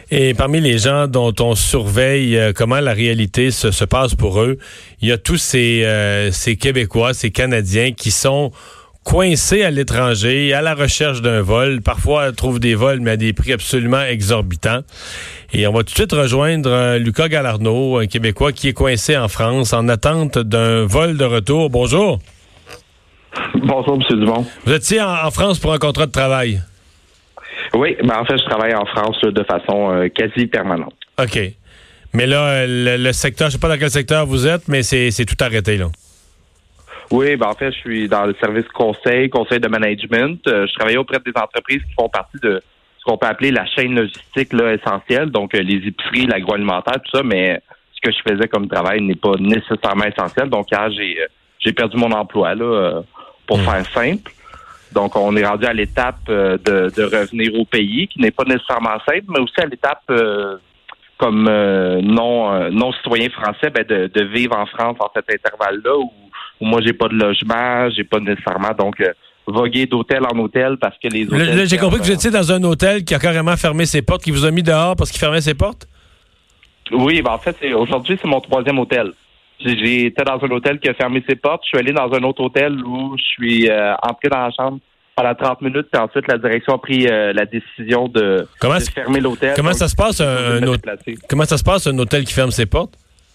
Et parmi les gens dont on surveille comment la réalité se passe pour eux, il y a tous ces Québécois, ces Canadiens qui sont coincés à l'étranger, à la recherche d'un vol. Parfois, trouvent des vols, mais à des prix absolument exorbitants. Et on va tout de suite rejoindre Lucas Galarneau, un Québécois qui est coincé en France en attente d'un vol de retour. Bonjour. Bonjour, M. Dumont. Vous étiez en France pour un contrat de travail? Oui, en fait, je travaille en France de façon quasi permanente. OK. Mais là, le secteur, je ne sais pas dans quel secteur vous êtes, mais c'est tout arrêté, là. Oui, en fait, je suis dans le service conseil de management. Je travaille auprès des entreprises qui font partie de ce qu'on peut appeler la chaîne logistique là, essentielle, donc les épiceries, l'agroalimentaire, tout ça, mais ce que je faisais comme travail n'est pas nécessairement essentiel. Donc, hier, j'ai perdu mon emploi, là, pour faire simple. Donc, on est rendu à l'étape de revenir au pays, qui n'est pas nécessairement simple, mais aussi à l'étape comme non citoyen français, de vivre en France en cet intervalle-là où moi j'ai pas de logement, j'ai pas nécessairement donc voguer d'hôtel en hôtel parce que les hôtels. Là, j'ai compris que vous étiez dans un hôtel qui a carrément fermé ses portes, qui vous a mis dehors parce qu'il fermait ses portes? Oui, en fait, aujourd'hui, c'est mon 3e hôtel. J'étais dans un hôtel qui a fermé ses portes. Je suis allé dans un autre hôtel où je suis entré dans la chambre pendant 30 minutes, puis ensuite la direction a pris la décision de fermer l'hôtel. Comment ça se passe Comment ça se passe un hôtel qui ferme ses portes?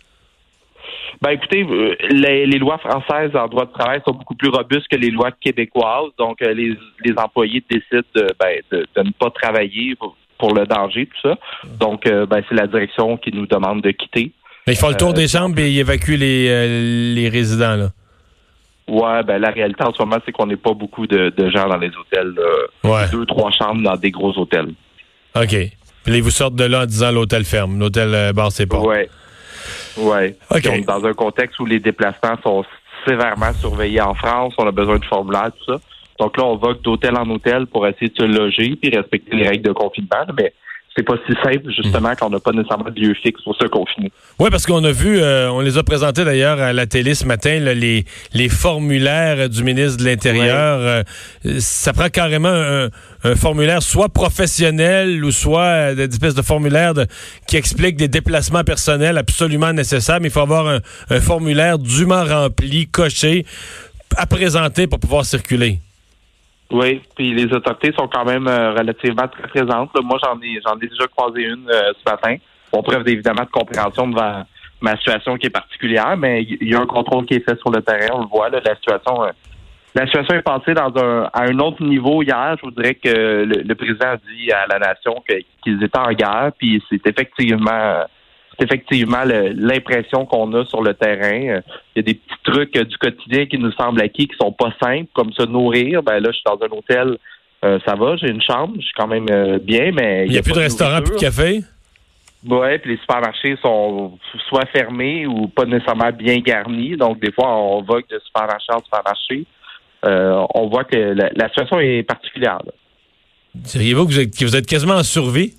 Écoutez, les lois françaises en droit de travail sont beaucoup plus robustes que les lois québécoises. Donc, les employés décident de ne pas travailler pour le danger, tout ça. Donc, c'est la direction qui nous demande de quitter. Mais ils font le tour des chambres et ils évacuent les résidents, là. Ouais, la réalité en ce moment, c'est qu'on n'est pas beaucoup de gens dans les hôtels. 2-3 chambres dans des gros hôtels. OK. Puis là, ils vous sortent de là en disant l'hôtel ferme. L'hôtel barre ses portes. Ouais. Ouais. Okay. Donc, dans un contexte où les déplacements sont sévèrement surveillés en France, on a besoin de formulaires, tout ça. Donc là, on va d'hôtel en hôtel pour essayer de se loger puis respecter les règles de confinement. Mais c'est pas si simple, justement, quand on n'a pas nécessairement de lieu fixe pour se confiner. Oui, parce qu'on a vu, on les a présentés d'ailleurs à la télé ce matin, là, les formulaires du ministre de l'Intérieur. Ouais. Ça prend carrément un formulaire soit professionnel ou soit des espèces de formulaires qui expliquent des déplacements personnels absolument nécessaires. Mais il faut avoir un formulaire dûment rempli, coché, à présenter pour pouvoir circuler. Oui, puis les autorités sont quand même relativement très présentes. Là, moi, j'en ai déjà croisé une ce matin. Bon, preuve évidemment de compréhension devant ma situation qui est particulière, mais il y a un contrôle qui est fait sur le terrain, on le voit. Là, la situation est passée à un autre niveau hier. Je vous dirais que le président a dit à la nation qu'ils étaient en guerre, puis c'est effectivement l'impression qu'on a sur le terrain. Il y a des petits trucs du quotidien qui nous semblent acquis, qui sont pas simples, comme se nourrir. Là, je suis dans un hôtel, ça va, j'ai une chambre, je suis quand même bien, mais... Il n'y a plus de restaurant, plus de café? Oui, puis les supermarchés sont soit fermés ou pas nécessairement bien garnis. Donc, des fois, on vogue de supermarché en supermarché. On voit que la situation est particulière. Là. Diriez-vous que vous êtes quasiment en survie?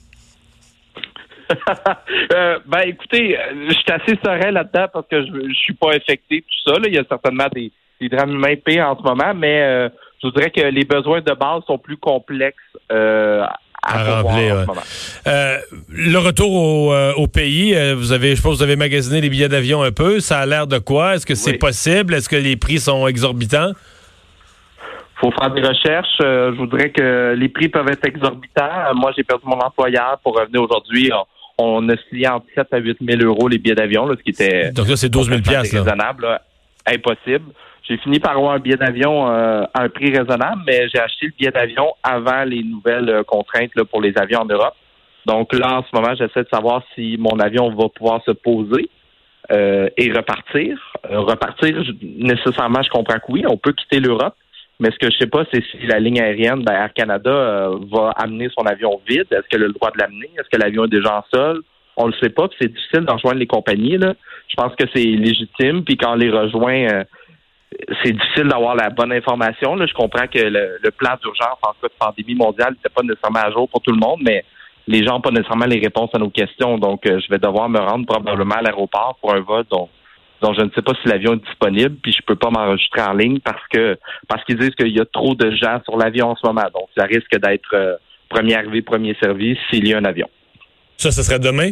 Écoutez, je suis assez serein là-dedans parce que je suis pas infecté, tout ça. Là. Il y a certainement des drames humains pires en ce moment, mais je vous dirais que les besoins de base sont plus complexes à remplir en ce moment. Le retour au pays, je pense que vous avez magasiné les billets d'avion un peu. Ça a l'air de quoi? Est-ce que c'est possible? Est-ce que les prix sont exorbitants? Faut faire des recherches. Je voudrais que les prix peuvent être exorbitants. Moi, j'ai perdu mon employeur pour revenir aujourd'hui. On a signé entre 7 à 8 000 euros les billets d'avion, là, ce qui était... Donc là, c'est 12 000 raisonnable, là. Impossible. J'ai fini par avoir un billet d'avion à un prix raisonnable, mais j'ai acheté le billet d'avion avant les nouvelles contraintes là, pour les avions en Europe. Donc là, en ce moment, j'essaie de savoir si mon avion va pouvoir se poser et repartir. Nécessairement, je comprends que oui, on peut quitter l'Europe. Mais ce que je sais pas, c'est si la ligne aérienne Air Canada va amener son avion vide. Est-ce qu'elle a le droit de l'amener? Est-ce que l'avion est déjà en sol? On le sait pas, puis c'est difficile d'en rejoindre les compagnies. Là. Je pense que c'est légitime, puis quand on les rejoint, c'est difficile d'avoir la bonne information. Là. Je comprends que le plan d'urgence en cas de pandémie mondiale n'était pas nécessairement à jour pour tout le monde, mais les gens n'ont pas nécessairement les réponses à nos questions. Donc, je vais devoir me rendre probablement à l'aéroport pour un vol dont je ne sais pas si l'avion est disponible, puis je peux pas m'enregistrer en ligne parce qu'ils disent qu'il y a trop de gens sur l'avion en ce moment. Donc, ça risque d'être premier arrivé, premier servi s'il y a un avion. Ça serait demain?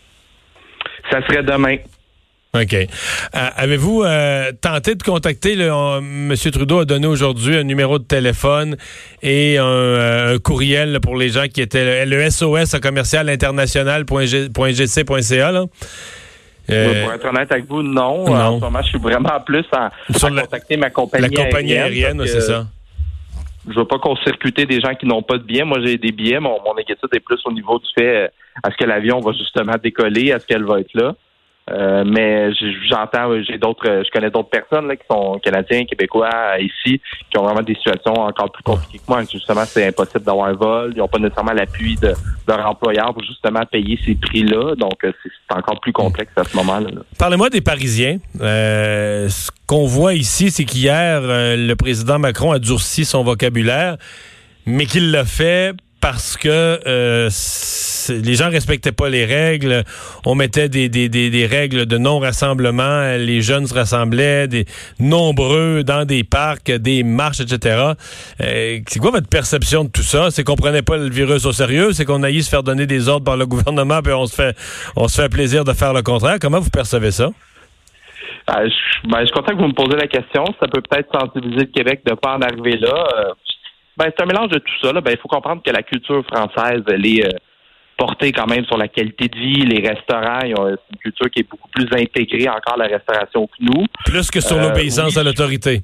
Ça serait demain. OK. Avez-vous tenté de contacter, M. Trudeau a donné aujourd'hui un numéro de téléphone et un courriel là, pour les gens qui étaient le SOS à commercial international.gc.ca. Là. Pour être honnête avec vous, non. En ce moment, je suis vraiment plus à contacter ma compagnie aérienne. La compagnie aérienne, c'est ça. Je veux pas court-circuiter des gens qui n'ont pas de billets. Moi, j'ai des billets. Mon inquiétude est plus au niveau du fait est-ce que l'avion va justement décoller? Est-ce qu'elle va être là? Mais j'entends, je connais d'autres personnes là, qui sont Canadiens, Québécois, ici, qui ont vraiment des situations encore plus compliquées que moi. Justement, c'est impossible d'avoir un vol. Ils n'ont pas nécessairement l'appui de leur employeur pour justement payer ces prix-là. Donc, c'est encore plus complexe à ce moment-là. Parlez-moi des Parisiens. Ce qu'on voit ici, c'est qu'hier, le président Macron a durci son vocabulaire, mais qu'il l'a fait parce que les gens respectaient pas les règles. On mettait des règles de non-rassemblement. Les jeunes se rassemblaient, des nombreux dans des parcs, des marches, etc. C'est quoi votre perception de tout ça? C'est qu'on prenait pas le virus au sérieux? C'est qu'on aille se faire donner des ordres par le gouvernement puis on se fait plaisir de faire le contraire? Comment vous percevez ça? Je suis content que vous me posez la question. Ça peut peut-être sensibiliser le Québec de ne pas en arriver là. C'est un mélange de tout ça. Il faut comprendre que la culture française, elle est portée quand même sur la qualité de vie. Les restaurants, c'est une culture qui est beaucoup plus intégrée encore à la restauration que nous. Plus que sur l'obéissance à l'autorité.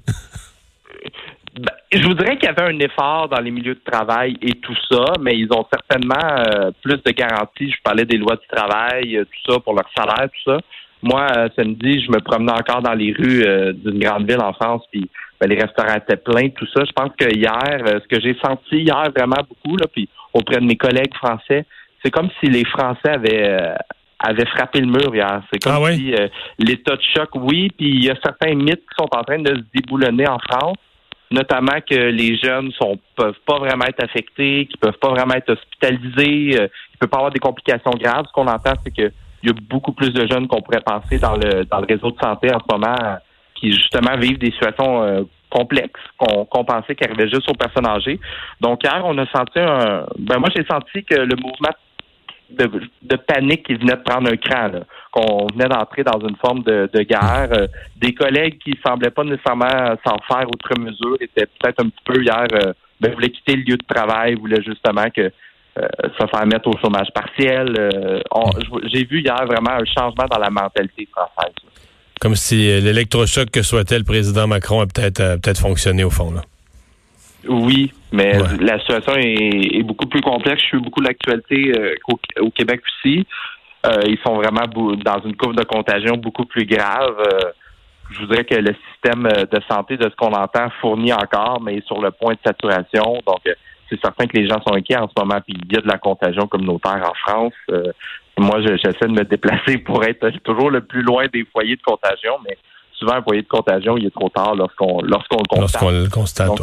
Je vous dirais qu'il y avait un effort dans les milieux de travail et tout ça, mais ils ont certainement plus de garanties. Je parlais des lois du travail, tout ça, pour leur salaire, tout ça. Moi, samedi, je me promenais encore dans les rues d'une grande ville en France, puis les restaurants étaient pleins, tout ça. Je pense que hier, ce que j'ai senti hier vraiment beaucoup, là, puis auprès de mes collègues français, c'est comme si les Français avaient frappé le mur hier. C'est comme si l'état de choc, oui, puis il y a certains mythes qui sont en train de se déboulonner en France, notamment que les jeunes peuvent pas vraiment être affectés, qu'ils peuvent pas vraiment être hospitalisés, il peut pas avoir des complications graves. Ce qu'on entend, c'est que il y a beaucoup plus de jeunes qu'on pourrait penser dans le réseau de santé en ce moment qui, justement, vivent des situations complexes qu'on pensait qui arrivaient juste aux personnes âgées. Donc, hier, on a senti moi, j'ai senti que le mouvement de panique qui venait de prendre un cran, là, qu'on venait d'entrer dans une forme de guerre. Des collègues qui semblaient pas nécessairement s'en faire outre mesure étaient peut-être un petit peu hier, voulaient quitter le lieu de travail, voulaient justement que se faire mettre au chômage partiel. J'ai vu hier vraiment un changement dans la mentalité française. Comme si l'électrochoc que souhaitait le président Macron a peut-être fonctionné au fond, là. Oui, mais la situation est beaucoup plus complexe. Je suis beaucoup l'actualité au Québec aussi. Ils sont vraiment dans une courbe de contagion beaucoup plus grave. Je voudrais que le système de santé, de ce qu'on entend, fournit encore, mais est sur le point de saturation. Donc, c'est certain que les gens sont inquiets en ce moment, puis il y a de la contagion communautaire en France. Moi, j'essaie de me déplacer pour être toujours le plus loin des foyers de contagion, mais souvent, un foyer de contagion, il est trop tard lorsqu'on le constate. Lorsqu'on le constate, donc,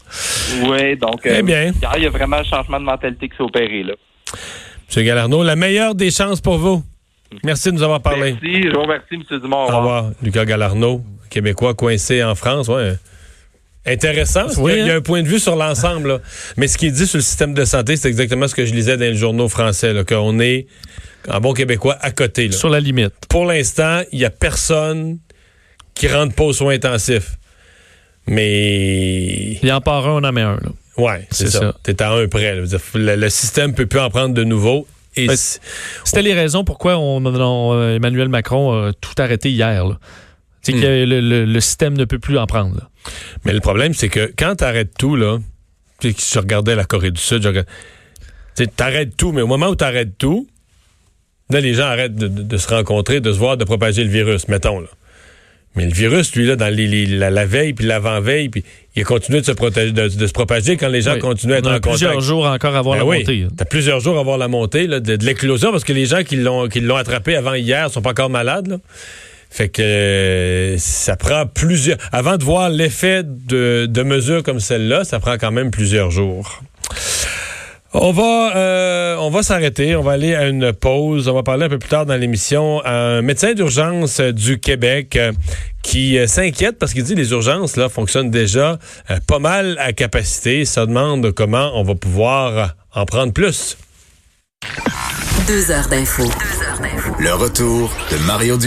eh bien. Il y a vraiment un changement de mentalité qui s'est opéré, là. M. Galarneau, la meilleure des chances pour vous. Merci de nous avoir parlé. Merci, je vous remercie, M. Dumont. Au revoir. Lucas Galarneau, Québécois coincé en France, intéressant. Il y a un point de vue sur l'ensemble. Là. Mais ce qui est dit sur le système de santé, c'est exactement ce que je lisais dans les journaux français, là, qu'on est, en bon québécois, à côté. Là. Sur la limite. Pour l'instant, il n'y a personne qui rentre pas aux soins intensifs. Mais... Il en part un, on en met un. Là. Oui, c'est ça. T'es à un près. Là. Le système peut plus en prendre de nouveau. Et c'était les raisons pourquoi Emmanuel Macron a tout arrêté hier. Là. C'est que le système ne peut plus en prendre. Là. Mais le problème, c'est que quand t'arrêtes tout, là, je regardais la Corée du Sud, t'arrêtes tout, mais au moment où t'arrêtes tout, là, les gens arrêtent de se rencontrer, de se voir, de propager le virus, mettons, là. Mais le virus, lui, là, dans la veille puis l'avant-veille, puis il a continué de se propager quand les gens continuent à être en contact. Plusieurs jours encore à voir la montée. T'as plusieurs jours à voir la montée là, de l'éclosion, parce que les gens qui l'ont attrapé avant hier sont pas encore malades, là. Fait que ça prend plusieurs... Avant de voir l'effet de mesures comme celle-là, ça prend quand même plusieurs jours. On va s'arrêter, on va aller à une pause. On va parler un peu plus tard dans l'émission à un médecin d'urgence du Québec qui s'inquiète parce qu'il dit que les urgences là fonctionnent déjà pas mal à capacité. Ça demande comment on va pouvoir en prendre plus. 2 heures d'info. Le retour de Mario